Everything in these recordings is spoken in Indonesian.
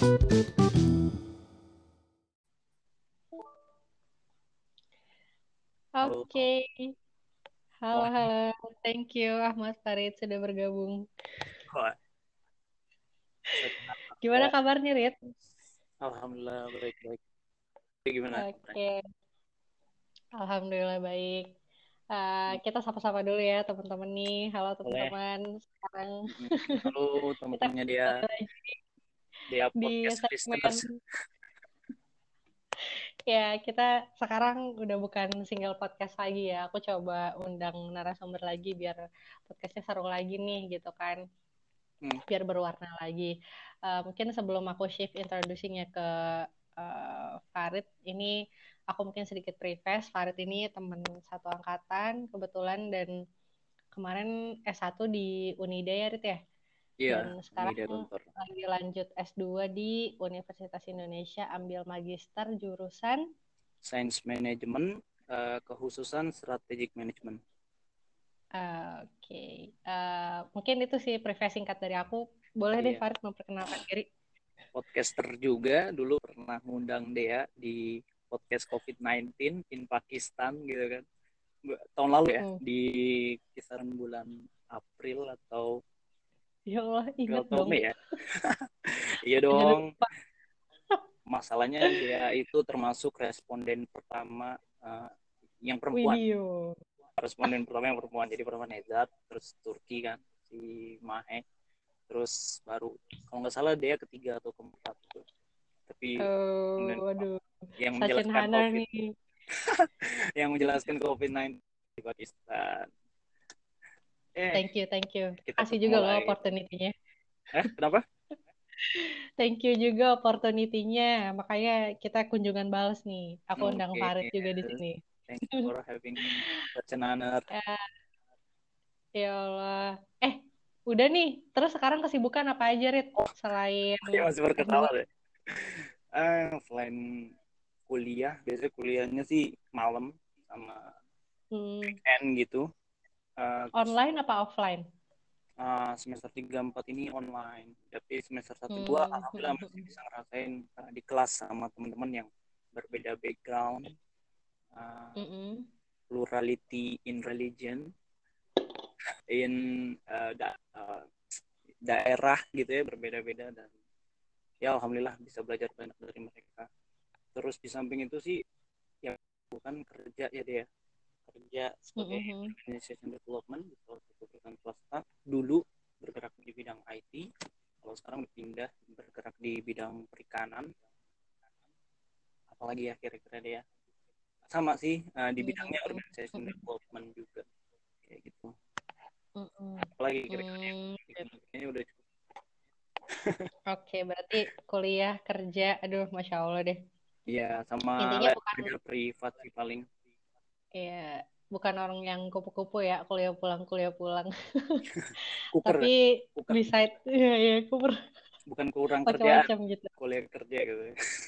Halo. Oke, halo Wah, halo, thank you Ahmad Farid sudah bergabung. wah, senang Gimana ya. kabarnya, Rit? Alhamdulillah baik-baik. Gimana kabarnya? Oke, alhamdulillah baik. Kita sapa-sapa dulu ya teman-teman nih. Halo Boleh. teman-teman. Sekarang Halo kita teman-temannya dia, kembali lagi dia di podcast segmen. listeners. Ya, kita sekarang udah bukan single podcast lagi ya. Aku coba undang narasumber lagi biar podcastnya seru lagi nih gitu kan. Hmm, Biar berwarna lagi. Mungkin sebelum aku shift introducingnya ke Farid, ini aku mungkin sedikit preface. Farid ini teman satu angkatan kebetulan dan kemarin S1 di Unida ya, Rit ya? Iya, Dan ini sekarang dia Gontor. lagi lanjut S2 di Universitas Indonesia, ambil magister jurusan. Science Management, kekhususan Strategic Management. Oke. Mungkin itu sih preface singkat dari aku. Boleh deh Iya, Farid memperkenalkan diri. podcaster juga. Dulu pernah ngundang dia di podcast COVID-19 in Pakistan gitu kan. Tahun lalu ya, Mm-mm. di kisaran bulan April atau Ya Allah, ingat April atau dong. Mei ya. Iya Jangan dong. lupa. Masalahnya dia itu termasuk responden pertama, yang perempuan. Video. Responden pertama yang perempuan. Jadi pertama Nezat, terus Turki kan si Mahe, terus baru kalau nggak salah dia ketiga atau keempat tuh. Tapi responden Waduh. yang Sachin menjelaskan Hanar COVID, nih. yang menjelaskan COVID-19 di Pakistan. Eh, Thank you, thank you. kita Kasih ketemu juga loh lagi. opportunity-nya. Kenapa? Thank you juga opportunity-nya. Makanya kita kunjungan balas nih. Aku undang Oke, Farid juga di sini. thank you for having me. Such an honor. Ya, ya Allah. Eh, udah nih. Terus sekarang kesibukan apa aja, Rit? Selain Ya masih S2. berketawa deh. Selain kuliah, biasanya kuliahnya sih malam sama Hmm, weekend gitu. Terus online apa offline? semester 3 4 ini online. Tapi semester satu 2 Hmm, alhamdulillah masih bisa ngerasain di kelas sama teman-teman yang berbeda background, uh, mm-mm. plurality in religion, in daerah gitu ya, berbeda-beda, dan ya alhamdulillah bisa belajar banyak dari mereka. Terus di samping itu sih ya bukan kerja ya dia, kerja sebagai Mm-mm. organization development di salah satu perusahaan swasta. Dulu bergerak di bidang IT, kalau sekarang berpindah bergerak di bidang perikanan. Apalagi ya kira-kira dia sama sih, di bidangnya organization Mm-mm. development juga kayak gitu. Mm-mm. Apalagi kira-kira Mm. ini udah cukup. Oke, berarti kuliah, kerja, aduh, Masya Allah deh. Iya, sama Intinya les bukan, belajar privat sih paling. ya, bukan orang yang kupu-kupu ya, kuliah pulang. Kuker Tapi kan, kuker, beside, ya, ya, aku bukan kurang kerjaan, macam-macam gitu. kuliah kerja gitu.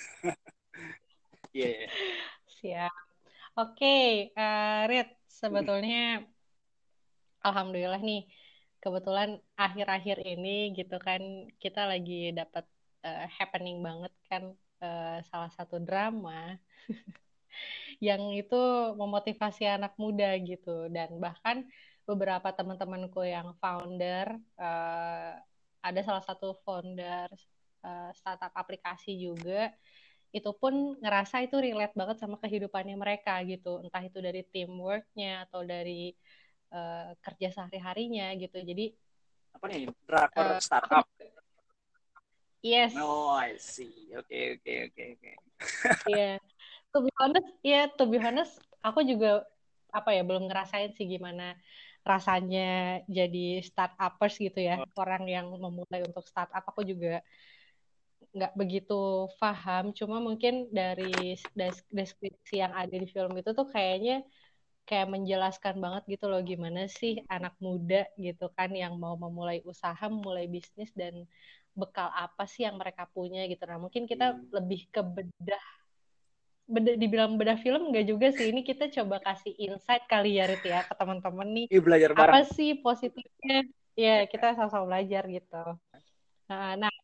Iya, yeah. Siap. Oke, Rit, sebetulnya Alhamdulillah nih, kebetulan akhir-akhir ini gitu kan, kita lagi dapat happening banget kan, salah satu drama yang itu memotivasi anak muda gitu dan bahkan beberapa teman-temanku yang founder, ada salah satu founder startup aplikasi juga, itu pun ngerasa itu relate banget sama kehidupannya mereka gitu, entah itu dari teamworknya atau dari kerja sehari-harinya gitu. Jadi Apa nih, drakor aku startup? juga, yes, Oh, I see. Oke, oke, oke, oke. ya, yeah. To be honest, ya, to be honest, aku juga apa ya belum ngerasain sih gimana rasanya jadi startupers gitu ya, Oh, orang yang memulai untuk startup. Aku juga nggak begitu paham, cuma mungkin dari deskripsi yang ada di film itu tuh kayaknya kayak menjelaskan banget gitu loh gimana sih anak muda gitu kan yang mau memulai usaha, memulai bisnis dan bekal apa sih yang mereka punya gitu. Nah, mungkin kita hmm. lebih ke dibilang bedah film nggak juga sih. Ini kita coba kasih insight kali ya Rit ya ke teman-teman nih. Ih, belajar Apa bareng. sih positifnya? Ya, kita sama-sama belajar gitu. Nah,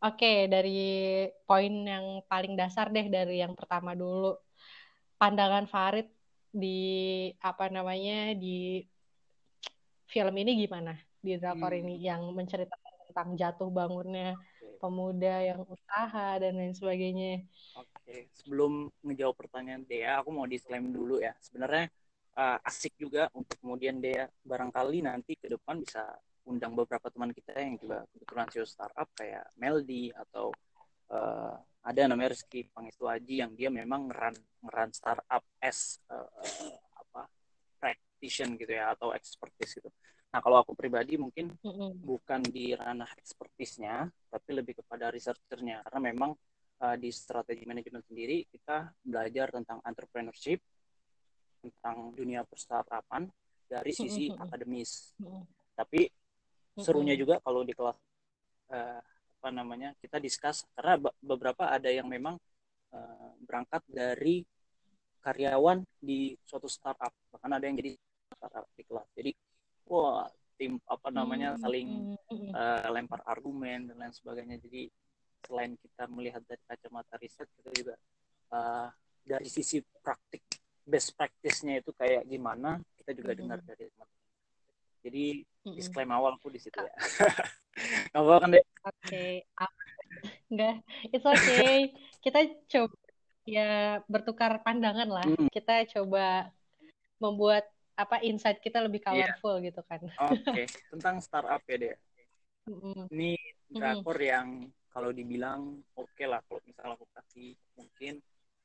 Oke, dari poin yang paling dasar deh, dari yang pertama dulu. Pandangan Farid di apa namanya di film ini gimana? Di drakor ini Hmm, yang menceritakan tentang jatuh bangunnya oke. pemuda yang usaha dan lain sebagainya. Oke, sebelum ngejawab pertanyaan Dea, aku mau disclaim dulu ya. Sebenarnya asik juga untuk kemudian Dea barangkali nanti ke depan bisa undang beberapa teman kita yang juga kebetulan CEO startup kayak Meldi atau ada namanya Rizky Pangestu Aji yang dia memang ngeran startup as apa practitioner gitu ya atau expertise gitu. Nah kalau aku pribadi mungkin Mm-mm. bukan di ranah expertise-nya, tapi lebih kepada researchernya karena memang di strategi manajemen sendiri kita belajar tentang entrepreneurship, tentang dunia perstartupan dari sisi Mm-mm. akademis. Mm-mm. Tapi serunya Mm-mm. juga kalau di kelas uh, apa namanya kita discuss karena beberapa ada yang memang berangkat dari karyawan di suatu startup, bahkan ada yang jadi startup di kelas. Jadi wah tim apa namanya saling Mm-mm. lempar argumen dan lain sebagainya. Jadi selain kita melihat dari kacamata riset, kita juga uh, dari sisi praktik best practice-nya itu kayak gimana, kita juga dengar Mm-mm. dari teman. Jadi Mm-mm. disclaimer awalku di situ Kak, ya. Gak apa kan deh. oke. Enggak, it's okay. Kita coba ya bertukar pandangan lah. Hmm, Kita coba membuat apa insight kita lebih iya, colorful gitu kan. oke. Tentang startup ya deh. Mm-mm. Ini Mm-mm. drakor yang kalau dibilang oke lah kalau misalnya aku kasih mungkin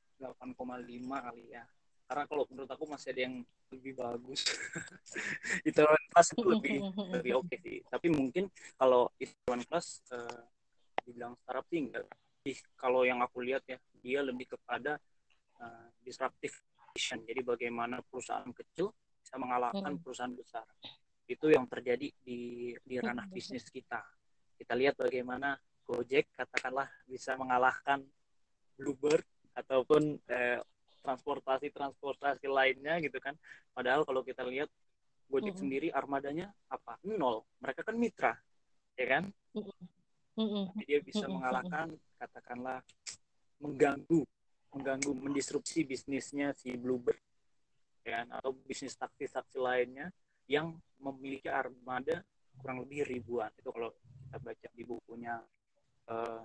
8,5 kali ya. Karena kalau menurut aku masih ada yang lebih bagus. Itu Class itu lebih lebih oke sih. Tapi mungkin kalau itu Class dibilang startup sih enggak. Kalau yang aku lihat ya, dia lebih kepada disruptive vision. Jadi bagaimana perusahaan kecil bisa mengalahkan Mm-mm. perusahaan besar. Itu yang terjadi di ranah Mm-mm. bisnis kita. Kita lihat bagaimana Gojek katakanlah bisa mengalahkan Bluebird ataupun transportasi lainnya gitu kan. Padahal kalau kita lihat Gojek Mm-mm. sendiri armadanya apa? Nol. Mereka kan mitra, ya kan? Mm-mm. Tapi dia bisa Mm-mm. Mm-mm. mengalahkan katakanlah mengganggu mengganggu mendisrupsi bisnisnya si Bluebird ya kan? Atau bisnis taksi-taksi lainnya yang memiliki armada kurang lebih ribuan. Itu kalau kita baca di uh,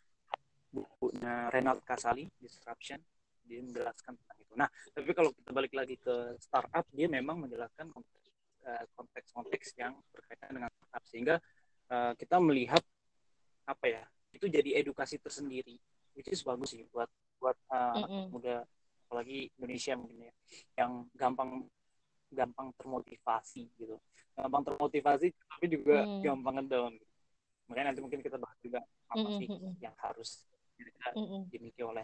bukunya Renald Kasali Disruption, dia menjelaskan tentang itu. Nah, tapi kalau kita balik lagi ke startup, dia memang menjelaskan konteks-konteks yang berkaitan dengan startup sehingga kita melihat apa ya itu jadi edukasi tersendiri, which is bagus sih buat buat anak Mm-mm. muda apalagi Indonesia mungkin ya yang gampang gampang termotivasi gitu, gampang termotivasi tapi juga Mm-mm. gampang ngedown gitu. Makanya nanti mungkin kita bahas juga apa Mm-mm. sih Mm-mm. yang harus kita Mm-mm. dimiliki oleh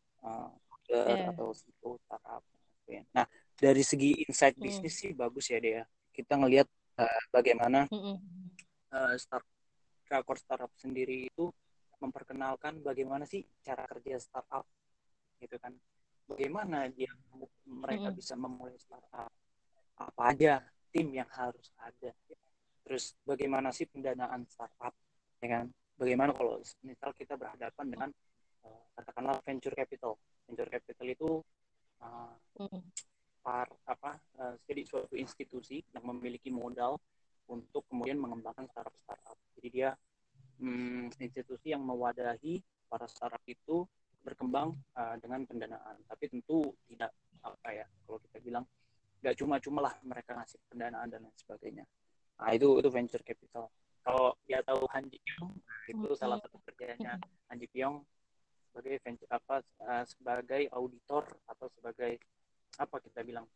Ya. atau CEO startup. Nah, dari segi insight Mm-mm. bisnis sih bagus ya dia. Kita ngelihat bagaimana Mm-mm. start startup sendiri itu memperkenalkan bagaimana sih cara kerja startup gitu kan. Bagaimana dia mereka Mm-mm. bisa memulai startup, apa aja tim yang harus ada. Terus bagaimana sih pendanaan startup, ya kan? Bagaimana kalau misal kita berhadapan dengan katakanlah venture capital. Venture capital itu uh, Mm-mm. jadi suatu institusi yang memiliki modal untuk kemudian mengembangkan startup-startup. Jadi dia institusi yang mewadahi para startup itu berkembang dengan pendanaan. Tapi tentu tidak apa ya kalau kita bilang nggak cuma-cuma lah mereka ngasih pendanaan dan lain sebagainya. Nah itu venture capital. Kalau dia tahu Han Ji Pyong, itu salah satu kerjanya Han Ji Pyong sebagai venture sebagai auditor atau sebagai apa kita bilang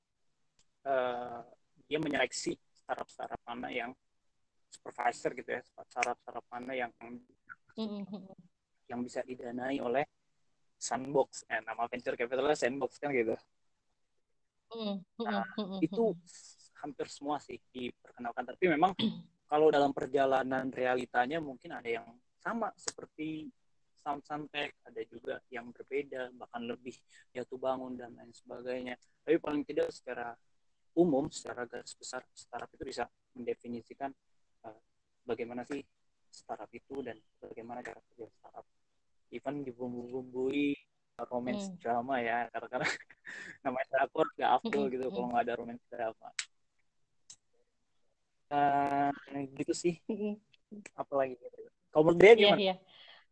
uh, dia menyeleksi startup-startup mana yang supervisor gitu ya, startup-startup mana Mm-mm. yang bisa didanai oleh Sandbox. Nama venture capitalnya Sandbox kan gitu. Mm-mm. Nah, Mm-mm. itu Mm-mm. hampir semua sih diperkenalkan. Tapi memang kalau dalam perjalanan realitanya mungkin ada yang sama seperti Samsung-Tech, ada juga yang berbeda, bahkan lebih jatuh bangun dan lain sebagainya. Tapi paling tidak secara umum, secara garis besar, startup itu bisa mendefinisikan bagaimana sih startup itu dan bagaimana cara kerja startup. Even dibumbu-bumbui romance drama ya, karena namanya drakor gak afdol gitu kalau nggak ada romance drama. Gitu sih. Apalagi gitu. Kalau menurut dia gimana? Iya.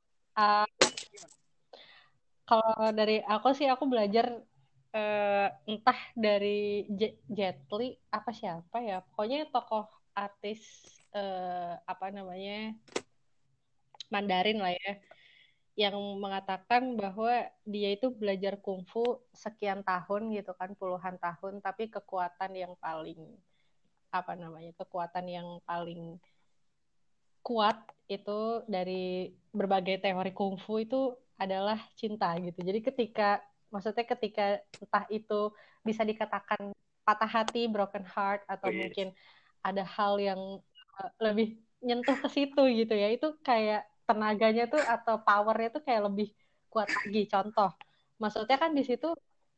Kalau dari aku sih, aku belajar entah dari Jet Li apa siapa ya, pokoknya tokoh artis apa namanya Mandarin lah ya, yang mengatakan bahwa dia itu belajar kungfu sekian tahun gitu kan, puluhan tahun, tapi kekuatan yang paling apa namanya kekuatan yang paling kuat itu dari berbagai teori kungfu itu adalah cinta gitu. Jadi ketika entah itu bisa dikatakan patah hati, broken heart, atau mungkin ada hal yang lebih nyentuh ke situ gitu ya, itu kayak tenaganya tuh atau powernya tuh kayak lebih kuat lagi. Contoh, maksudnya kan di situ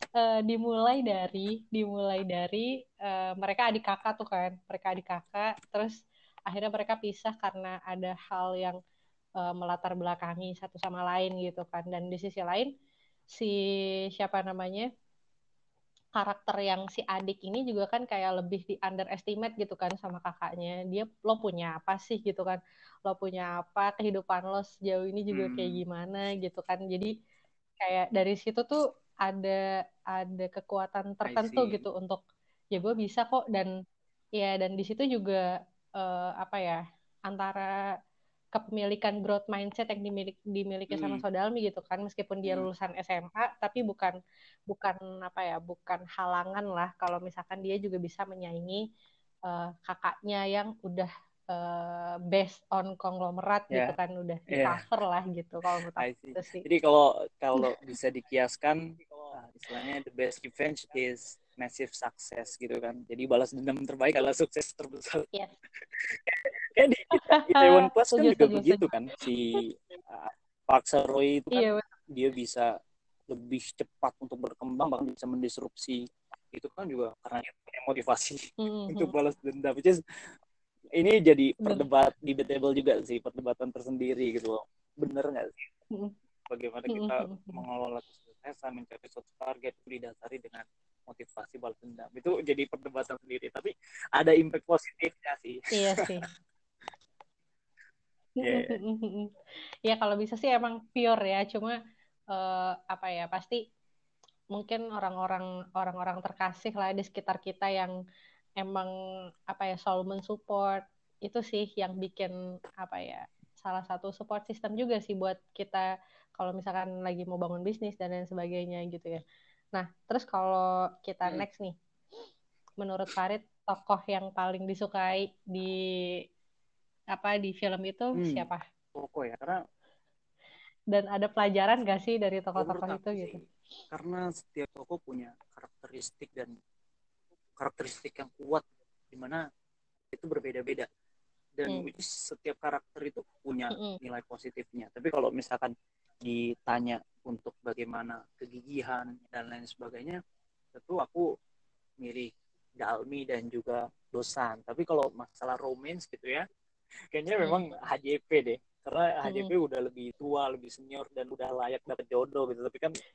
dimulai dari mereka adik kakak tuh kan, mereka adik kakak, terus akhirnya mereka pisah karena ada hal yang melatar belakangi satu sama lain gitu kan. Dan di sisi lain si siapa namanya karakter yang si adik ini juga kan kayak lebih di underestimate gitu kan sama kakaknya. Dia, lo punya apa sih gitu kan, lo punya apa, kehidupan lo sejauh ini juga kayak gimana gitu kan. Jadi kayak dari situ tuh ada kekuatan tertentu gitu untuk ya gue bisa kok. Dan ya, dan di situ juga apa ya, antara kepemilikan growth mindset yang dimiliki sama Sodalmi gitu kan, meskipun dia lulusan SMA tapi bukan apa ya, bukan halangan lah kalau misalkan dia juga bisa menyaingi kakaknya yang udah based on konglomerat gitu kan, udah di cover lah gitu kalau menurut aku itu sih. Jadi kalau bisa dikiaskan, istilahnya the best revenge is massive success gitu kan. Jadi balas dendam terbaik adalah sukses terbesar. Yes. Ya di Itaewon Class kan juga begitu kan, si Park Seo-roy itu kan dia bisa lebih cepat untuk berkembang, bahkan bisa mendisrupsi. Itu kan juga karena dia punya motivasi untuk balas dendam. Ini jadi debatable juga sih, perdebatan tersendiri gitu loh. Bener nggak sih? Bagaimana kita mengelola kesuksesan, mencapai suatu target itu didasari dengan motivasi balas dendam. Itu jadi perdebatan sendiri. Tapi ada impact positifnya sih. Iya sih. Ya kalau bisa sih emang pure ya, cuma apa ya, pasti mungkin orang-orang terkasih lah di sekitar kita yang emang apa ya, selalu mensupport, itu sih yang bikin apa ya, salah satu support system juga sih buat kita kalau misalkan lagi mau bangun bisnis dan lain sebagainya gitu ya. Nah, terus kalau kita next nih, menurut Farid tokoh yang paling disukai di film itu siapa? Tokoh ya, karena Dan ada pelajaran gak sih dari tokoh-tokoh itu sih, gitu? karena setiap tokoh punya karakteristik yang kuat, dimana itu berbeda-beda, dan setiap karakter itu punya nilai positifnya. Tapi kalau misalkan ditanya untuk bagaimana kegigihan dan lain sebagainya, tentu aku milih Dalmi dan juga Dosan. Tapi kalau masalah romance gitu ya, kayaknya memang HJP deh, karena HJP udah lebih tua, lebih senior, dan udah layak dapet jodoh gitu. Tapi kan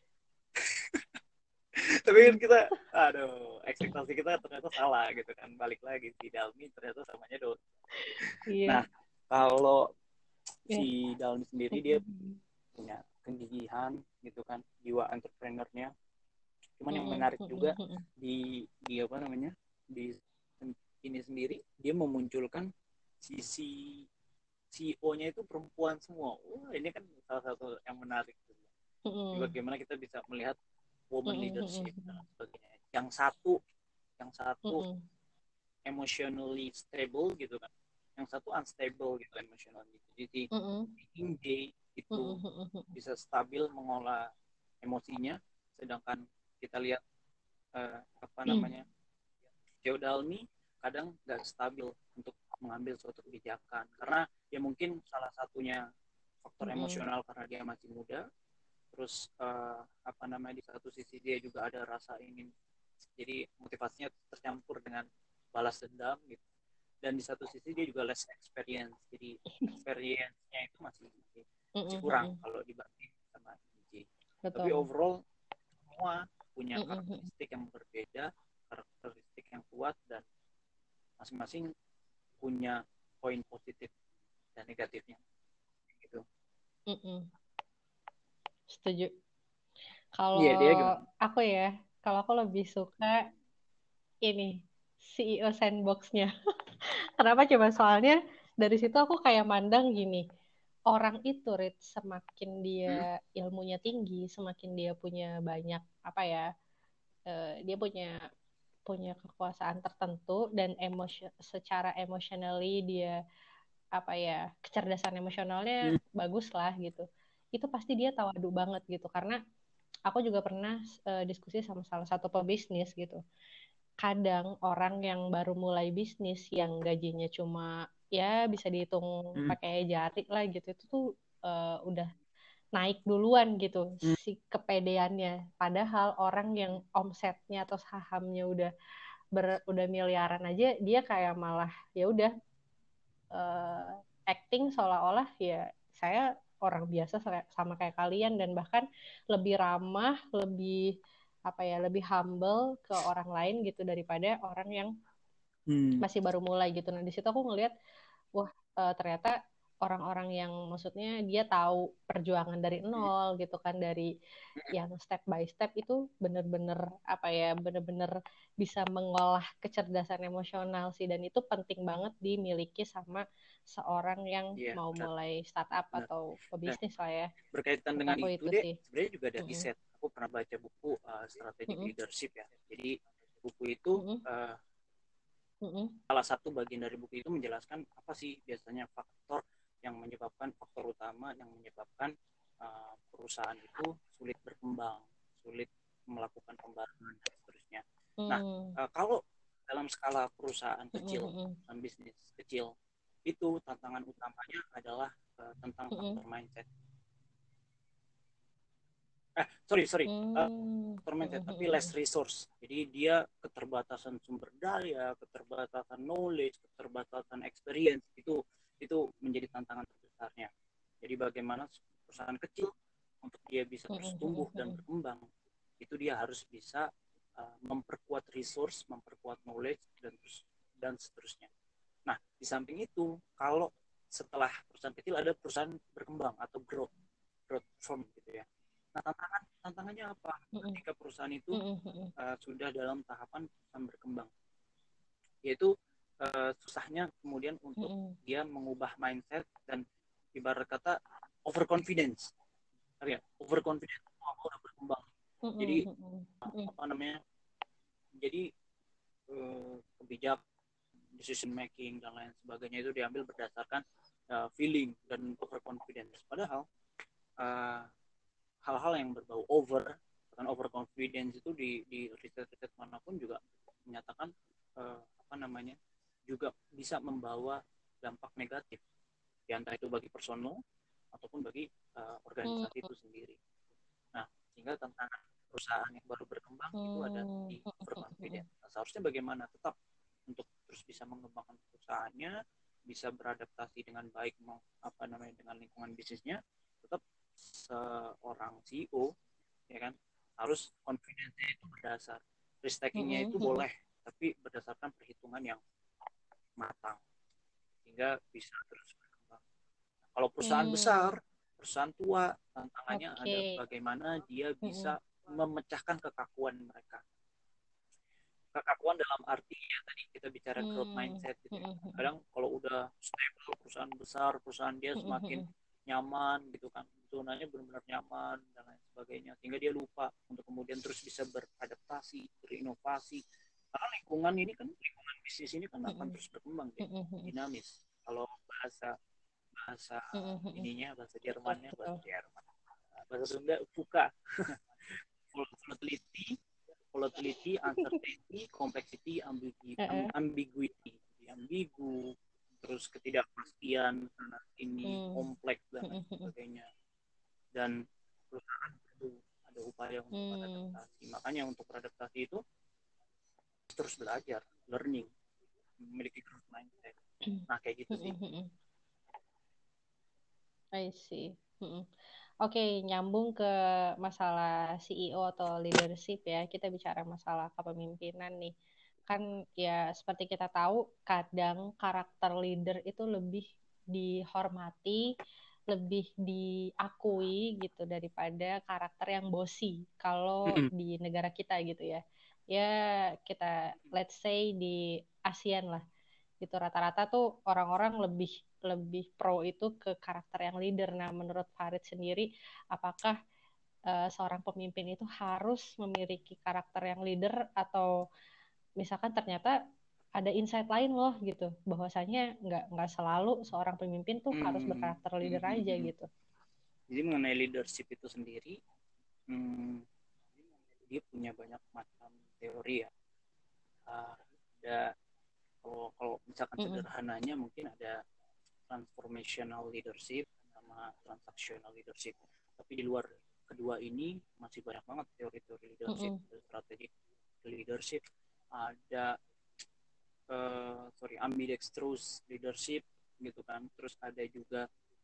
kita, aduh, ekspektasi kita ternyata salah gitu kan. Balik lagi, si Dalmi ternyata samanya Dosan. Nah, kalau si Dalmi sendiri, dia punya kegigihan gitu kan, jiwa entrepreneurnya. Cuman yang menarik juga di apa namanya, di ini sendiri, dia memunculkan sisi CEO-nya itu perempuan semua. Wah, ini kan salah satu yang menarik. Bagaimana kita bisa melihat woman leadership dan sebagainya. Yang satu emotionally stable gitu kan, yang satu unstable gitu emotionally. Jadi J itu bisa stabil mengolah emosinya, sedangkan kita lihat apa namanya, Dalmi kadang nggak stabil untuk mengambil suatu kebijakan, karena ya mungkin salah satunya faktor emosional karena dia masih muda. Terus apa namanya, di satu sisi dia juga ada rasa ingin, jadi motivasinya tercampur dengan balas dendam gitu. dan di satu sisi dia juga less experience, jadi experience-nya itu masih kurang kalau dibanding sama DJ. Tapi overall semua punya karakteristik yang berbeda, karakteristik yang kuat, dan masing-masing punya poin positif dan negatifnya gitu. Setuju. Kalau aku kalau aku lebih suka ini CEO Sandbox-nya. Kenapa coba? Soalnya dari situ aku kayak mandang gini, orang itu semakin dia ilmunya tinggi, semakin dia punya banyak dia punya kekuasaan tertentu, dan secara emotionally dia kecerdasan emosionalnya bagus lah gitu. Itu pasti dia tawadu banget gitu, karena aku juga pernah diskusi sama salah satu pebisnis gitu. Kadang orang yang baru mulai bisnis yang gajinya cuma ya bisa dihitung pakai jari lah gitu, itu tuh udah naik duluan gitu si kepedeannya. Padahal orang yang omsetnya atau sahamnya udah miliaran aja, dia kayak malah ya udah acting seolah-olah ya saya orang biasa sama kayak kalian, dan bahkan lebih ramah, lebih lebih humble ke orang lain gitu daripada orang yang masih baru mulai gitu. Nah di situ aku ngelihat wah ternyata orang-orang yang maksudnya dia tahu perjuangan dari nol gitu kan, dari yang step by step itu bener-bener bener-bener bisa mengolah kecerdasan emosional sih, dan itu penting banget dimiliki sama seorang yang mau mulai startup atau pebisnis lah ya. Berkaitan dengan itu deh, sebenarnya juga ada riset. Aku pernah baca buku Strategic Leadership ya. Jadi buku itu salah satu bagian dari buku itu menjelaskan apa sih biasanya faktor utama yang menyebabkan perusahaan itu sulit berkembang, sulit melakukan pembangunan dan seterusnya. Nah, kalau dalam skala perusahaan kecil dan bisnis kecil, itu tantangan utamanya adalah tentang faktor mindset. Faktor mindset, tapi less resource. Jadi dia keterbatasan sumber daya, keterbatasan knowledge, keterbatasan experience, itu menjadi tantangan terbesarnya. Jadi bagaimana perusahaan kecil untuk dia bisa terus tumbuh dan berkembang, itu dia harus bisa memperkuat resource, memperkuat knowledge, dan seterusnya. Nah, di samping itu, kalau setelah perusahaan kecil ada perusahaan berkembang atau growth form gitu ya. Nah, tantangannya apa? Ketika perusahaan itu sudah dalam tahapan perusahaan berkembang, yaitu susahnya kemudian untuk dia mengubah mindset dan ibarat kata overconfidence. Overconfidence, udah berkembang. Jadi jadi kebijakan, decision making dan lain sebagainya itu diambil berdasarkan feeling dan overconfidence. Padahal hal-hal yang berbau overconfidence itu di riset-riset manapun juga menyatakan juga bisa membawa dampak negatif, entah itu bagi personal ataupun bagi organisasi itu sendiri. Nah, sehingga tantangan perusahaan yang baru berkembang itu ada di overconfidence. Nah, seharusnya bagaimana tetap untuk terus bisa mengembangkan perusahaannya, bisa beradaptasi dengan baik dengan lingkungan bisnisnya, tetap seorang CEO ya kan harus confidence-nya itu berdasar risk taking-nya itu boleh, tapi berdasarkan perhitungan yang matang sehingga bisa terus berkembang. Nah, kalau perusahaan besar, perusahaan tua, tantangannya ada bagaimana dia bisa memecahkan kekakuan mereka. Kekakuan dalam arti ya tadi kita bicara growth mindset gitu. Kadang kalau udah stable perusahaan besar, perusahaan dia semakin nyaman gitu kan, zonanya benar-benar nyaman dan lain sebagainya, sehingga dia lupa untuk kemudian terus bisa beradaptasi, berinovasi. Karena lingkungan bisnis ini kan akan terus berkembang, dinamis. Kalau bahasa Jermannya, bahasa Sunda VUCA. volatility, uncertainty, complexity, ambiguity. Ambigu, terus ketidakpastian, ini kompleks dan sebagainya. Dan perusahaan itu ada upaya untuk beradaptasi. Makanya untuk beradaptasi itu terus belajar, learning. memiliki growth mindset. Nah kayak gitu sih. I see. Oke, nyambung ke masalah CEO atau leadership ya. Kita bicara masalah kepemimpinan nih. Kan ya seperti kita tahu, kadang karakter leader itu lebih dihormati, lebih diakui gitu daripada karakter yang bossy. Kalau di negara kita gitu ya. Ya kita let's say di ASEAN lah gitu, rata-rata tuh orang-orang lebih lebih pro itu ke karakter yang leader. Nah, menurut Farid sendiri, apakah seorang pemimpin itu harus memiliki karakter yang leader, atau misalkan ternyata ada insight lain loh gitu, bahwasanya nggak selalu seorang pemimpin tuh harus berkarakter leader aja gitu. Jadi mengenai leadership itu sendiri, dia punya banyak macam teori ya. Ada kalau misalkan sederhananya mungkin ada transformational leadership sama transactional leadership. Tapi di luar kedua ini masih banyak banget teori-teori leadership, strategi leadership. Ada ambidextrous leadership gitu kan. Terus ada juga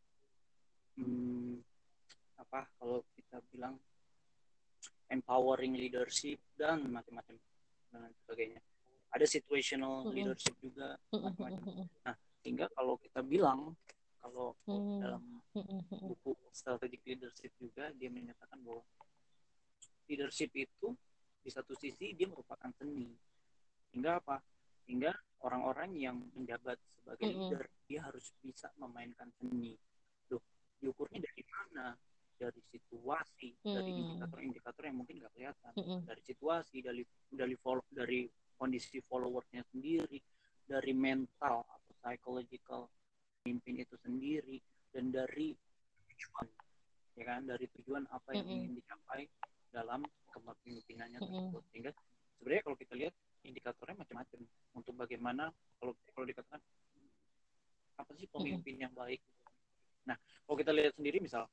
kalau kita bilang empowering leadership dan macam-macam dan sebagainya. Ada situational leadership juga macam-macam. Nah, sehingga kalau kita bilang kalau dalam buku strategic leadership juga dia menyatakan bahwa leadership itu di satu sisi dia merupakan seni. Hingga apa? Hingga orang-orang yang menjabat sebagai leader dia harus bisa memainkan seni. Loh, diukurnya dari mana? Dari situasi, dari indikator-indikator yang mungkin nggak kelihatan, dari situasi, dari kondisi followersnya sendiri, dari mental atau psychological pemimpin itu sendiri, dan dari tujuan, ya kan, dari tujuan apa yang ingin dicapai dalam kepemimpinannya tersebut. Sehingga sebenarnya kalau kita lihat indikatornya macam-macam untuk bagaimana kalau dikatakan apa sih pemimpin yang baik. Nah, kalau kita lihat sendiri misal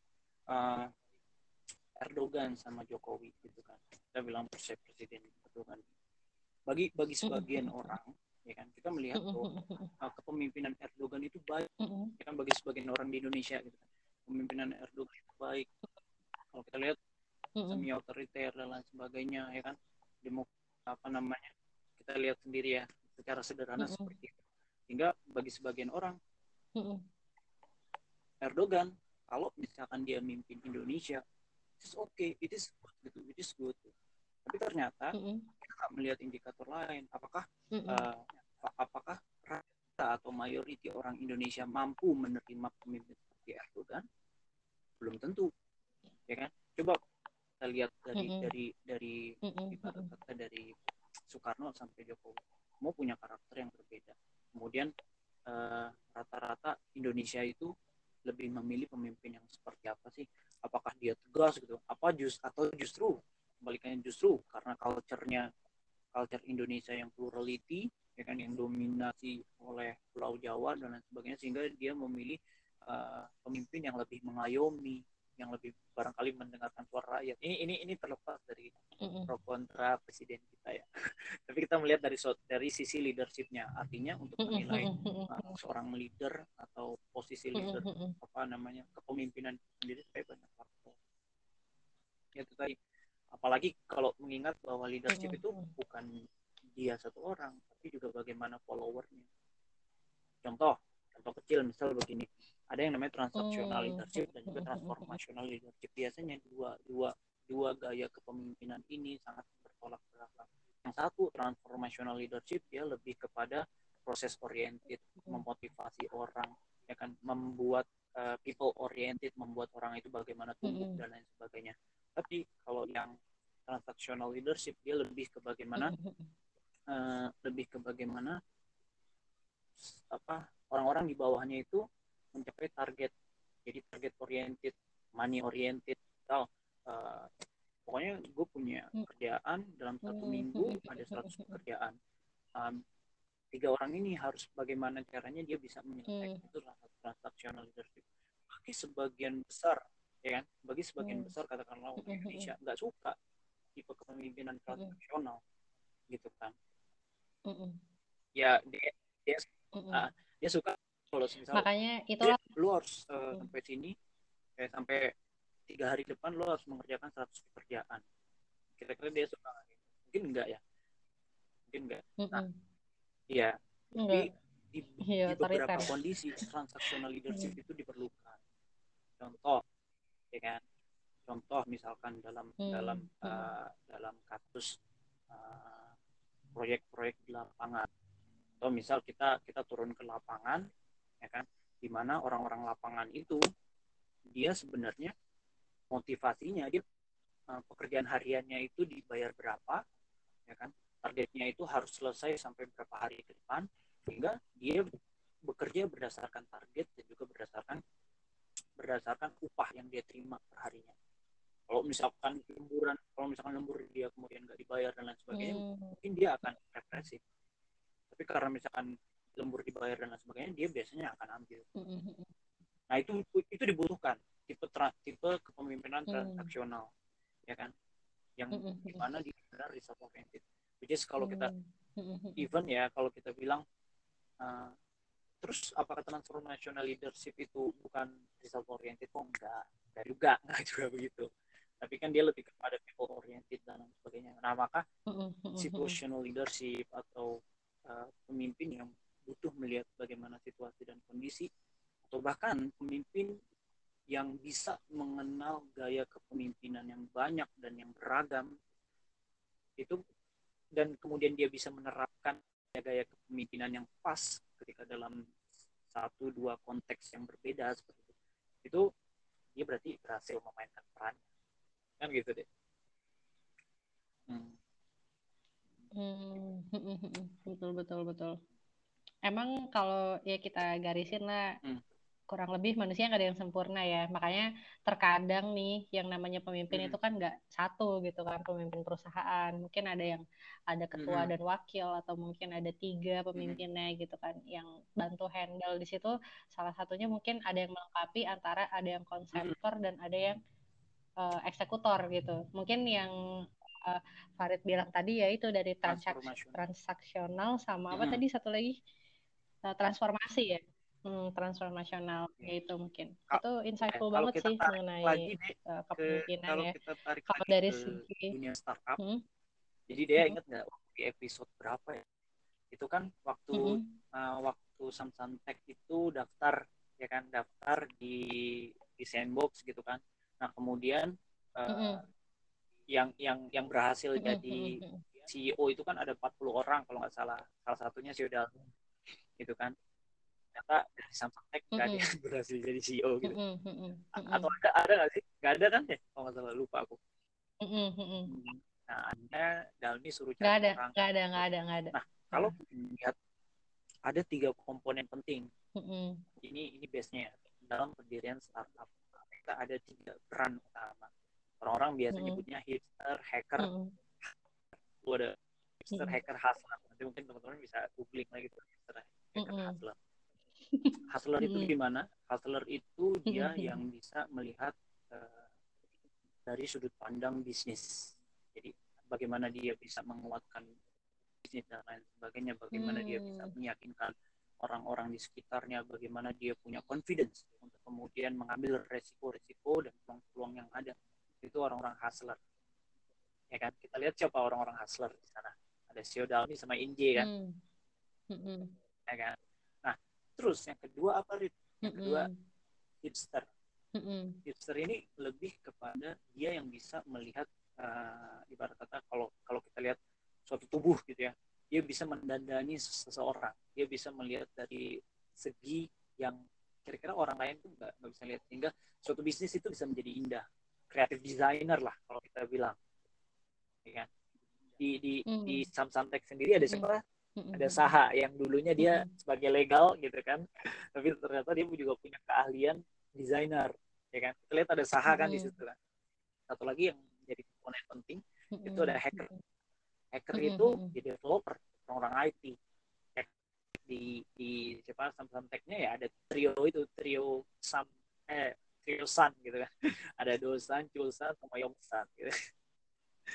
Erdogan sama Jokowi gitu kan, kita bilang presiden Erdogan, bagi sebagian orang ya kan, kita melihat bahwa kepemimpinan Erdogan itu baik ya kan, bagi sebagian orang di Indonesia gitu kan, kepemimpinan Erdogan itu baik. Kalau kita lihat semi otoriter dan lain sebagainya ya kan, kita lihat sendiri ya secara sederhana seperti itu. Hingga bagi sebagian orang Erdogan kalau misalkan dia mimpin Indonesia, it's okay, it is good. Tapi ternyata kita nggak melihat indikator lain. Apakah rata atau mayoriti orang Indonesia mampu menerima pemimpin seperti Erdogan? Belum tentu, ya kan? Coba kita lihat dari ibarat kata dari Soekarno sampai Jokowi, semua punya karakter yang berbeda. Kemudian rata-rata Indonesia itu lebih memilih pemimpin yang seperti apa sih? Apakah dia tegas gitu? Atau justru kebalikannya, justru karena culture Indonesia yang plurality, ya kan, yang dominasi oleh Pulau Jawa dan lain sebagainya, sehingga dia memilih pemimpin yang lebih mengayomi, yang lebih barangkali mendengarkan suara rakyat. Ini terlepas dari pro kontra presiden kita ya. Tapi kita melihat dari sisi leadershipnya. Artinya untuk menilai seorang leader atau posisi leader kepemimpinan sendiri saya banyak faktor. Itu tadi. Apalagi kalau mengingat bahwa leadership itu bukan dia satu orang, tapi juga bagaimana followernya. Contoh kecil misal begini, ada yang namanya transaksional leadership dan juga transformational leadership. Biasanya dua gaya kepemimpinan ini sangat bertolak belakang. Yang satu, transformational leadership, dia lebih kepada proses oriented, memotivasi orang, ya kan, membuat people oriented, membuat orang itu bagaimana tumbuh dan lain sebagainya. Tapi kalau yang transactional leadership, dia lebih ke bagaimana orang-orang di bawahnya itu mencapai target. Jadi target oriented, money oriented, atau pokoknya gue punya kerjaan dalam 1 minggu ada 100 pekerjaan. 3 orang ini harus bagaimana caranya dia bisa menyelesaikan itu transactional leadership. Bagi sebagian besar, ya kan, katakanlah orang Indonesia nggak suka tipe kepemimpinan transaksional gitu kan. Ya dia dia suka kalau misal Makanya itulah lu harus sampai sini, kayak sampai 3 hari depan lu harus mengerjakan 100 pekerjaan. Kira-kira dia suka nggak gitu? Mungkin enggak ya, mungkin enggak. Nah, iya, enggak. tapi Iya, di beberapa tarikan. kondisi transactional leadership itu diperlukan. Contoh, ya kan? Contoh misalkan dalam dalam kasus proyek-proyek di lapangan, atau misal kita turun ke lapangan, ya kan, di mana orang-orang lapangan itu dia sebenarnya motivasinya dia pekerjaan hariannya itu dibayar berapa, ya kan, targetnya itu harus selesai sampai berapa hari ke depan, sehingga dia bekerja berdasarkan target dan juga berdasarkan upah yang dia terima per harinya. Kalau misalkan lembur dia kemudian nggak dibayar dan lain sebagainya, mungkin dia akan represif. Tapi karena misalkan lembur dibayar dan lain sebagainya, dia biasanya akan ambil. Nah, itu dibutuhkan tipe kepemimpinan transaksional, ya kan, yang dimana dia benar result oriented. Which is kalau kita even ya, kalau kita bilang terus apakah transformational leadership itu bukan result oriented? Oh, enggak juga begitu. Tapi kan dia lebih kepada people oriented dan sebagainya. Nah, maka situational leadership atau pemimpin yang butuh melihat bagaimana situasi dan kondisi, atau bahkan pemimpin yang bisa mengenal gaya kepemimpinan yang banyak dan yang beragam itu, dan kemudian dia bisa menerapkan gaya kepemimpinan yang pas ketika dalam 1-2 konteks yang berbeda seperti itu dia berarti berhasil memainkan peran, kan gitu deh. Betul. Emang kalau ya kita garisin lah, kurang lebih manusia nggak ada yang sempurna ya. Makanya terkadang nih yang namanya pemimpin itu kan nggak satu gitu kan, pemimpin perusahaan. Mungkin ada ketua dan wakil, atau mungkin ada 3 pemimpinnya gitu kan yang bantu handle di situ. Salah satunya mungkin ada yang melengkapi antara ada yang konseptor dan ada yang eksekutor gitu. Mungkin yang Farid bilang tadi ya itu dari transaksional sama apa tadi satu lagi transformasi ya. Transformasional itu mungkin. Itu insightful banget sih mengenai kepemimpinan ya. Kalau dari segi dunia startup, jadi dia ingat nggak di episode berapa ya? Itu kan waktu Samsung Tech itu daftar, ya kan, daftar di Sandbox gitu kan. Nah, kemudian yang berhasil jadi CEO itu kan ada 40 orang kalau nggak salah. Salah satunya si Udal gitu kan. Ternyata dari Samsung Tech nggak ada yang berhasil jadi CEO gitu. Atau ada nggak sih? Nggak ada kan ya? Kalau nggak salah, lupa aku. Nah, Anda Dalmi suruh cari orang. Nggak ada. Nah, kalau lihat ada 3 komponen penting. Ini base-nya dalam pendirian startup. Kita ada 3 peran utama. Orang-orang biasa nyebutnya hipster, hacker. Ada hipster, hacker, hustler. Nanti mungkin teman-teman bisa googling lagi tuh hipster, hacker, hustler. Hustler itu gimana? Hustler itu dia yang bisa melihat dari sudut pandang bisnis. Jadi bagaimana dia bisa menguatkan bisnis dan lain sebagainya, bagaimana dia bisa meyakinkan orang-orang di sekitarnya, bagaimana dia punya confidence untuk kemudian mengambil resiko-resiko dan peluang-peluang yang ada. Itu orang-orang hustler. Ya kan? Kita lihat siapa orang-orang hustler di sana. Ada Sio Dalmi sama Inje kan. Ya kan? Nah, terus yang kedua apa, Rit? Yang kedua hipster. Hipster ini lebih kepada dia yang bisa melihat ibarat kata kalau kita lihat suatu tubuh gitu ya, dia bisa mendandani seseorang, dia bisa melihat dari segi yang kira-kira orang lain tuh nggak bisa lihat, sehingga suatu bisnis itu bisa menjadi indah. Creative designer lah kalau kita bilang, ya kan? Di Samsung Tech sendiri ada siapa? Ada Saha yang dulunya dia sebagai legal gitu kan, tapi ternyata dia juga punya keahlian desainer, ya kan? Kita lihat ada Saha kan di situ kan. Satu lagi yang jadi komponen penting itu ada hacker. Hacker itu di developer, orang-orang IT. Di siapa Samsung Tech-nya ya ada trio Sun gitu kan. Ada Dosan, Chulsan, sama Yongsan gitu.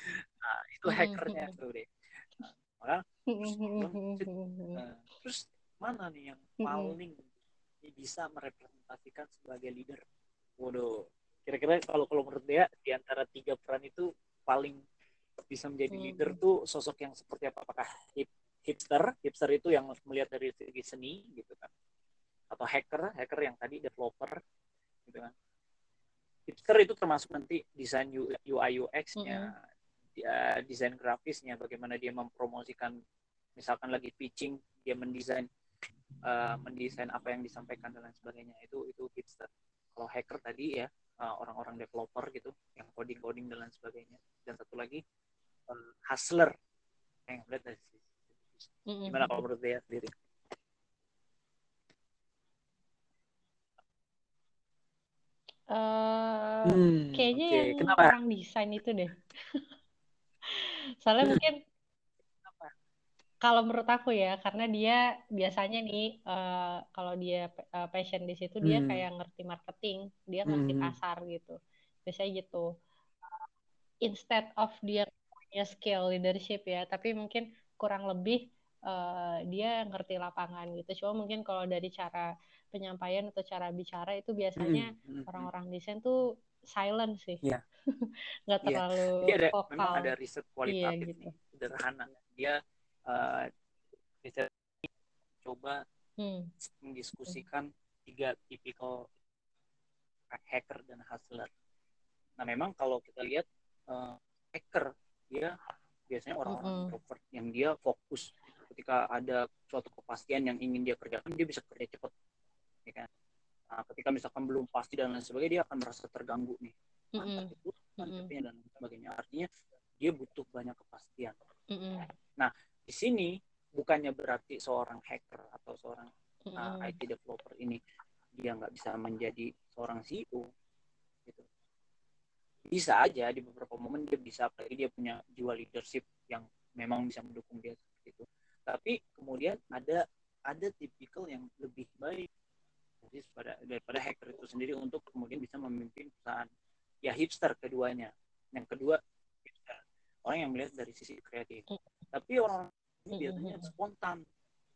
Nah, itu hackernya tuh deh. Maka terus mana nih yang Mm-mm. paling bisa merepresentasikan sebagai leader. Waduh, kira-kira kalau menurut dia di antara 3 peran itu paling bisa menjadi leader Mm. tuh sosok yang seperti apa? Apakah hipster itu yang melihat dari segi seni gitu kan, atau hacker yang tadi developer gitu kan. Hipster itu termasuk nanti desain UI UX-nya, Mm-mm. desain grafisnya, bagaimana dia mempromosikan, misalkan lagi pitching dia mendesain apa yang disampaikan dan lain sebagainya, itu hipster. Kalau hacker tadi ya, orang-orang developer gitu yang coding dan lain sebagainya. Dan satu lagi hustler yang melihat dari sisi. Gimana kalau Mm-mm. menurut dia sendiri? Kayaknya Oke. yang Kenapa? orang desain itu deh. Soalnya mungkin Kenapa? kalau menurut aku ya, karena dia biasanya nih, kalau dia passion di situ, dia Hmm. kayak ngerti marketing, dia ngerti Hmm. pasar gitu. Biasanya gitu. Instead of dia punya skill leadership ya, tapi mungkin kurang lebih dia ngerti lapangan gitu. Cuma mungkin kalau dari cara penyampaian atau cara bicara itu Hmm. biasanya Hmm. orang-orang desain tuh silent sih, Iya, nggak iya. Jadi terlalu memang ada vokal. riset Iya kualitatif gitu. nih, sederhana. Dia uh, riset coba Hmm. mendiskusikan 3 tipikal hacker dan hustler. Nah, memang kalau kita lihat hacker, dia biasanya orang-orang Mm-mm. introvert yang dia fokus ketika ada suatu kepastian yang ingin dia kerjakan, dia bisa kerja cepat, ya kan? Nah, ketika misalkan belum pasti dan lain sebagainya, dia akan merasa terganggu nih. Mantap Mm-mm. itu, Mm-mm. mantapnya dan lain sebagainya. Artinya dia butuh banyak kepastian. Mm-mm. Nah, di sini bukannya berarti seorang hacker atau seorang Mm-mm. IT developer ini dia nggak bisa menjadi seorang CEO gitu. Bisa aja di beberapa momen dia bisa, apalagi dia punya jiwa leadership yang memang bisa mendukung dia seperti itu. Tapi kemudian ada tipikal yang lebih baik daripada hacker itu sendiri untuk kemudian bisa memimpin perusahaan. Ya hipster keduanya. Yang kedua hipster, orang yang melihat dari sisi kreatif. Tapi orang ini biasanya Mm-mm. spontan.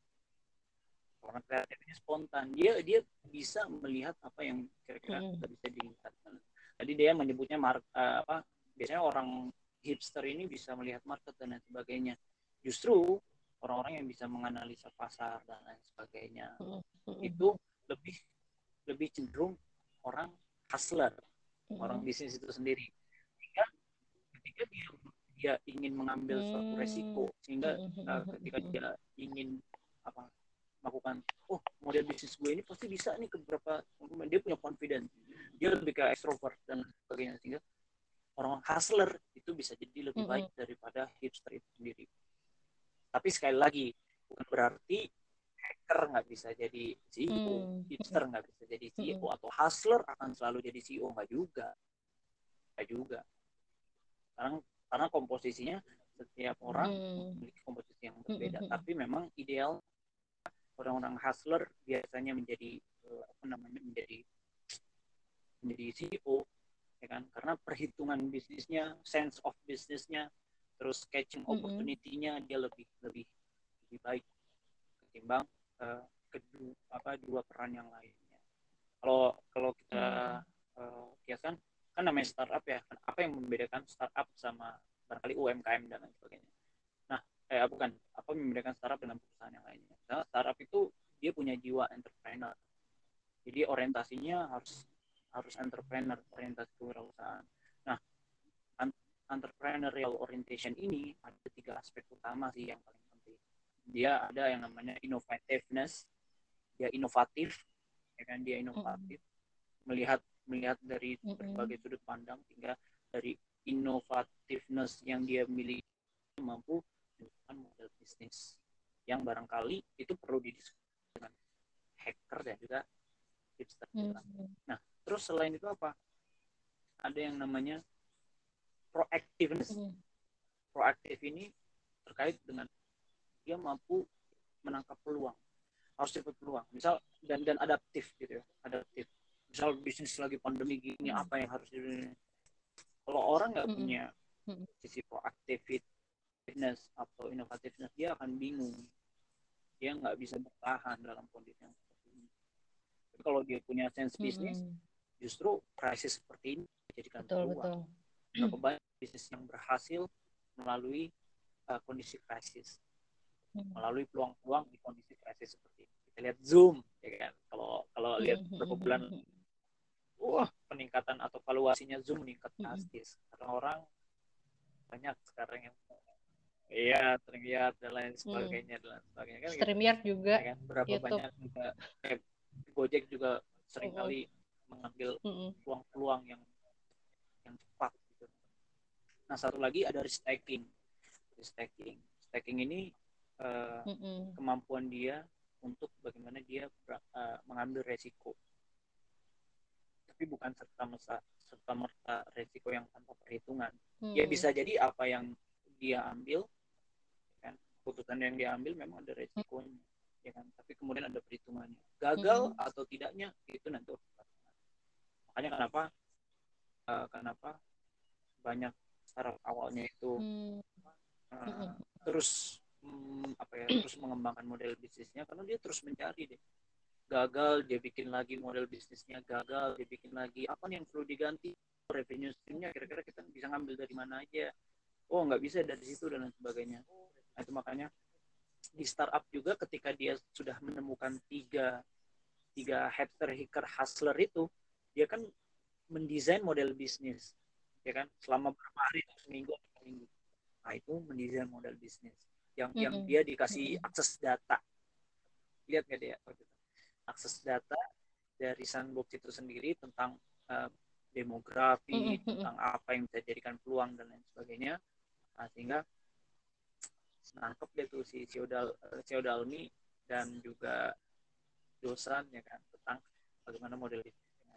Orang kreatif ini spontan. Dia bisa melihat apa yang kira-kira Mm-mm. nggak bisa dilihat. Tadi dia menyebutnya apa? Biasanya orang hipster ini bisa melihat market dan lain sebagainya. Justru orang-orang yang bisa menganalisa pasar dan lain sebagainya Mm-mm. itu lebih lebih cenderung orang hustler, orang Mm-mm. bisnis itu sendiri. Sehingga ketika dia ingin mengambil suatu Mm. resiko, sehingga ketika Mm-mm. dia ingin apa melakukan, oh model bisnis gue ini pasti bisa nih ke beberapa, dia punya confidence, dia lebih ke extrovert dan sebagainya, sehingga orang hustler itu bisa jadi lebih baik Mm-mm. daripada hipster itu sendiri. Tapi sekali lagi bukan berarti hacker nggak bisa jadi CEO, Mm. hipster nggak bisa jadi CEO, Mm-mm. atau hustler akan selalu jadi CEO, nggak juga, nggak juga. Karena komposisinya setiap orang Mm. memiliki komposisi yang berbeda. Mm-mm. Tapi memang ideal orang-orang hustler biasanya menjadi apa namanya menjadi CEO, ya kan? Karena perhitungan bisnisnya, sense of bisnisnya, terus catching Mm-mm. opportunity-nya dia lebih baik ketimbang dua peran yang lainnya. Kalau kalau kita Mm. kiaskan, kan namanya startup ya, apa yang membedakan startup sama barangkali UMKM dan lain sebagainya. Nah, bukan, apa yang membedakan startup dengan perusahaan yang lainnya. Nah, startup itu dia punya jiwa entrepreneur. Jadi orientasinya harus harus entrepreneur, orientasi kewirausahaan. Nah, entrepreneurial orientation ini ada 3 aspek utama sih yang paling penting. Dia ada yang namanya innovativeness, dia inovatif, ya kan, dia Mm. inovatif, melihat melihat dari Mm-mm. berbagai sudut pandang, sehingga dari innovativeness yang dia miliki mampu menemukan model bisnis yang barangkali itu perlu didiskusikan dengan hacker dan juga hipster. Mm. Nah, terus selain itu apa? Ada yang namanya proactiveness. Mm. Proaktif ini terkait dengan dia mampu menangkap peluang, harus cepat peluang. Misal dan adaptif gitu ya, adaptif. Misal bisnis lagi pandemi gini, Mm. apa yang harus di, kalau orang nggak Mm. punya Mm. sisi proaktivitas atau inovativeness, dia akan bingung. dia nggak bisa bertahan dalam kondisi yang seperti ini. Tapi kalau dia punya sense bisnis, justru krisis seperti ini dijadikan peluang. Berapa banyak bisnis yang berhasil melalui kondisi krisis, melalui peluang-peluang di kondisi krisis seperti ini. Kita lihat Zoom, ya kan? Kalau lihat beberapa bulan, peningkatan atau valuasinya Zoom meningkat drastis. Karena orang banyak sekarang yang StreamYard dan lain sebagainya kan StreamYard gitu. juga Ya kan? Berapa YouTube. Banyak juga Gojek juga seringkali mengambil peluang-peluang yang cepat gitu. Nah, satu lagi ada risk taking ini kemampuan dia untuk bagaimana dia mengambil resiko, tapi bukan serta merta resiko yang tanpa perhitungan. Ya bisa jadi apa yang dia ambil, kan, keputusan yang dia ambil memang ada resikonya, ya kan, tapi kemudian ada perhitungannya. Gagal atau tidaknya itu nanti. Makanya kenapa banyak startup awalnya itu terus mengembangkan model bisnisnya, karena dia terus mencari deh. Gagal, dia bikin lagi model bisnisnya, gagal, dia bikin lagi apa nih yang perlu diganti, revenue streamnya kira-kira kita bisa ngambil dari mana aja, nggak bisa dari situ dan lain sebagainya. Nah, itu makanya di startup juga ketika dia sudah menemukan tiga hiker hustler itu, dia kan mendesain model bisnis, ya kan, selama beberapa hari, seminggu. Nah, itu mendesain model bisnis yang dia dikasih akses data. Lihat nggak dia akses data dari sandbox itu sendiri tentang demografi, tentang apa yang bisa dijadikan peluang dan lain sebagainya. Nah, sehingga nangkep deh tuh si Ciodalmi dan juga Dosan, ya kan, tentang bagaimana model bisnisnya.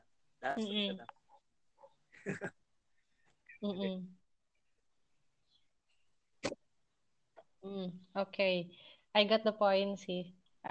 Oke, I got the point sih.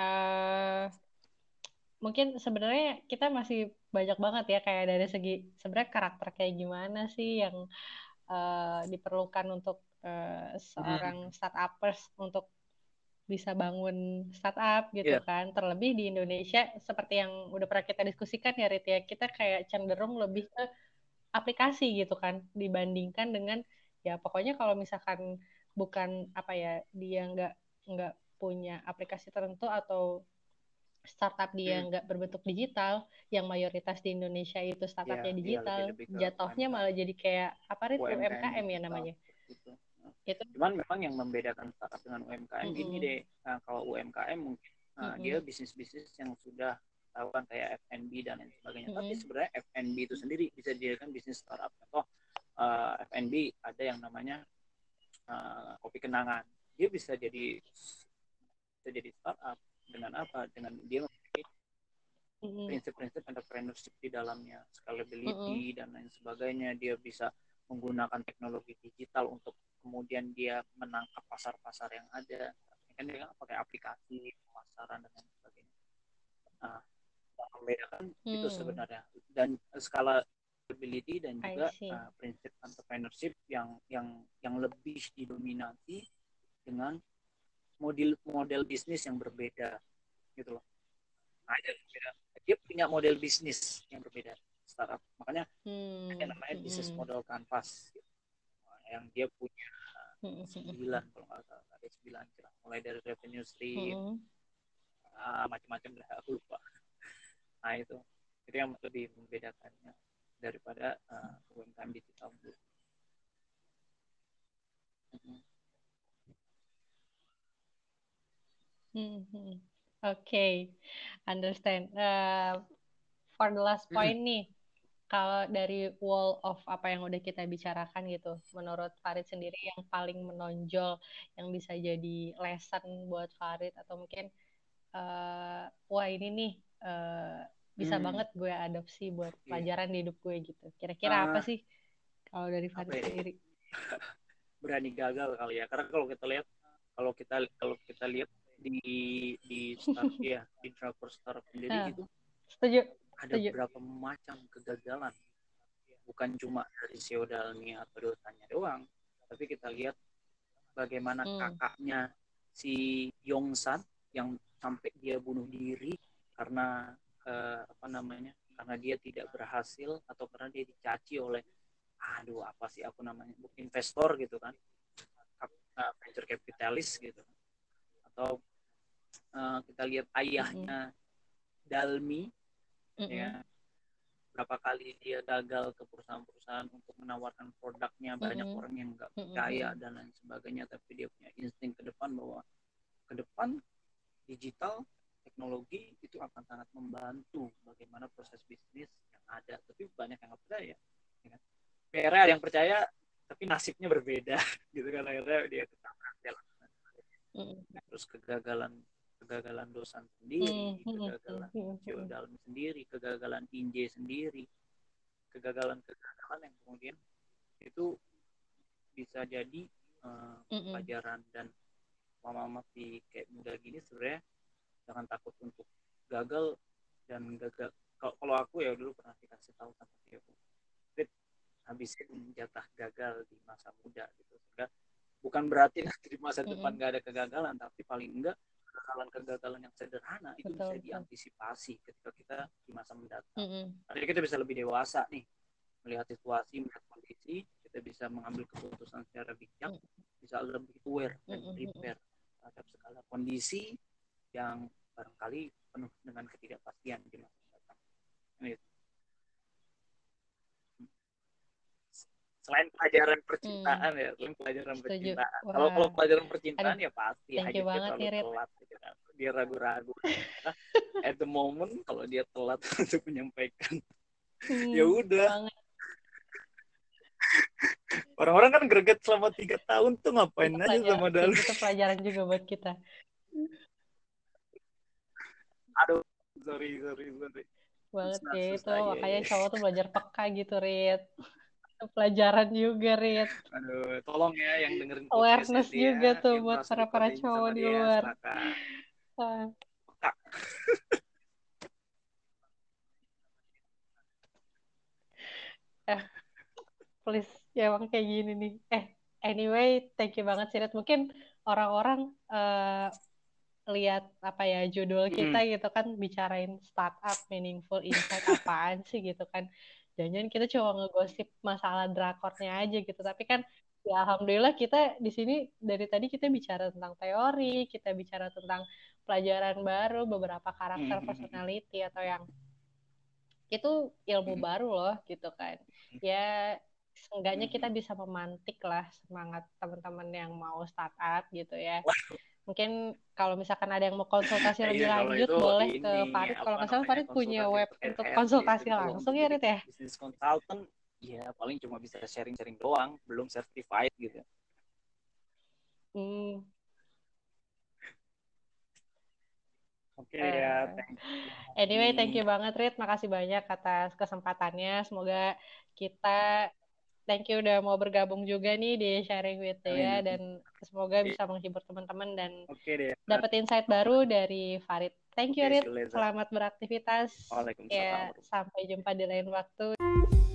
Mungkin sebenarnya kita masih banyak banget ya kayak dari segi sebenarnya karakter kayak gimana sih yang diperlukan untuk seorang startupers untuk bisa bangun startup gitu kan. Terlebih di Indonesia seperti yang udah pernah kita diskusikan ya Rit ya, kita kayak cenderung lebih ke aplikasi gitu kan dibandingkan dengan ya pokoknya kalau misalkan bukan apa ya dia nggak punya aplikasi tertentu atau startup dia nggak berbentuk digital, yang mayoritas di Indonesia itu startupnya digital, jatuhnya malah jadi kayak apa itu UMKM ya namanya. Gitu. Cuman memang yang membedakan startup dengan UMKM gini deh, kalau UMKM mungkin dia bisnis-bisnis yang sudah lakukan kayak F&B dan lain sebagainya. Tapi sebenarnya F&B itu sendiri bisa dijadikan bisnis startup. Contoh F&B ada yang namanya kopi kenangan. Dia bisa jadi startup dengan apa? Dengan dia memiliki prinsip-prinsip entrepreneurship di dalamnya, scalability dan lain sebagainya. Dia bisa menggunakan teknologi digital untuk kemudian dia menangkap pasar-pasar yang ada. Kan dia pakai aplikasi pemasaran dan lain sebagainya. Nah, yang membedakan itu sebenarnya, dan scalability dan juga prinsip entrepreneurship yang lebih didominasi dengan model bisnis yang berbeda gitu loh. Nah, dia punya model bisnis yang berbeda startup, makanya ada namanya bisnis model canvas yang dia punya 9 kalau nggak salah, ada 9 mulai dari revenue stream macam-macam lah, aku lupa. Nah, itu yang lebih membedakannya daripada UMKM digital. Oke, understand. For the last point nih, kalau dari wall of apa yang udah kita bicarakan gitu, menurut Farid sendiri yang paling menonjol, yang bisa jadi lesson buat Farid atau mungkin wah ini nih bisa banget gue adopsi buat pelajaran di hidup gue gitu. Kira-kira apa sih kalau dari Farid sendiri? Berani gagal kali ya, karena kalau kita lihat di start ya di driver startup sendiri itu ada berapa macam kegagalan, bukan cuma dari Ciodalmi atau Dosanya doang, tapi kita lihat bagaimana kakaknya si Yongsan yang sampai dia bunuh diri karena karena dia tidak berhasil atau karena dia dicaci oleh investor gitu kan, venture capitalis gitu, atau kita lihat ayahnya Dalmi, ya, berapa kali dia gagal ke perusahaan-perusahaan untuk menawarkan produknya, banyak orang yang nggak percaya dan lain sebagainya, tapi dia punya insting ke depan bahwa ke depan digital teknologi itu akan sangat membantu bagaimana proses bisnis yang ada, tapi banyak yang nggak percaya, ya kan? Akhirnya ada yang percaya tapi nasibnya berbeda gitu kan, akhirnya dia ketabrak jalan. Terus kegagalan dosan sendiri, kegagalan Joe Dalmi sendiri, kegagalan Inje sendiri, kegagalan yang kemudian itu bisa jadi pelajaran. Dan mama di kayak muda gini sebenarnya jangan takut untuk gagal. Kalau aku ya dulu pernah dikasih tahu sama dia, habisin jatah gagal di masa muda gitu. Sehingga bukan berarti nanti di masa depan nggak ada kegagalan, tapi paling enggak kegagalan yang sederhana itu bisa diantisipasi ketika kita di masa mendatang. Jadi kita bisa lebih dewasa nih, melihat situasi, melihat kondisi, kita bisa mengambil keputusan secara bijak, bisa lebih aware dan prepare terhadap segala kondisi yang barangkali penuh dengan ketidakpastian di masa mendatang. Selain pelajaran percintaan ya, Kalau pelajaran percintaan ya pasti aja dia terlalu telat gitu kan. Dia ragu-ragu. At the moment kalau dia telat untuk menyampaikan, ya udah. Orang-orang kan greget selama 3 tahun tuh ngapain aja sama Dalmi. Itu pelajaran juga buat kita. Aduh, sorry. Banget ya itu, makanya cowok tuh belajar peka gitu, Rit. Pelajaran juga, Rit. Aduh, tolong ya yang dengerin awareness juga ya, tuh buat para cowok di luar. Please, ya emang kayak gini nih. Anyway, thank you banget sih, Rit. Mungkin orang-orang lihat apa ya judul kita gitu kan, bicarain startup meaningful insight apaan sih gitu kan. Jangan kita cuma ngegosip masalah drakornya aja gitu, tapi kan ya alhamdulillah kita di sini dari tadi kita bicara tentang teori, kita bicara tentang pelajaran baru, beberapa karakter personality atau yang itu ilmu baru loh gitu kan. Ya seenggaknya kita bisa memantik lah semangat teman-teman yang mau startup gitu ya. Mungkin kalau misalkan ada yang mau konsultasi lebih lanjut boleh ke Farid. Kalau nggak salah Farid punya web untuk konsultasi langsung ya, Rit ya? Business consultant ya paling cuma bisa sharing-sharing doang, belum certified gitu. Oke ya. Anyway, thank you banget, Rit. Makasih banyak atas kesempatannya. Semoga kita thank you udah mau bergabung juga nih di Sharing with Dea, dan semoga bisa menghibur teman-teman dan dapat insight baru dari Farid. Thank you, Rit. Selamat beraktivitas. Ya, sampai jumpa di lain waktu.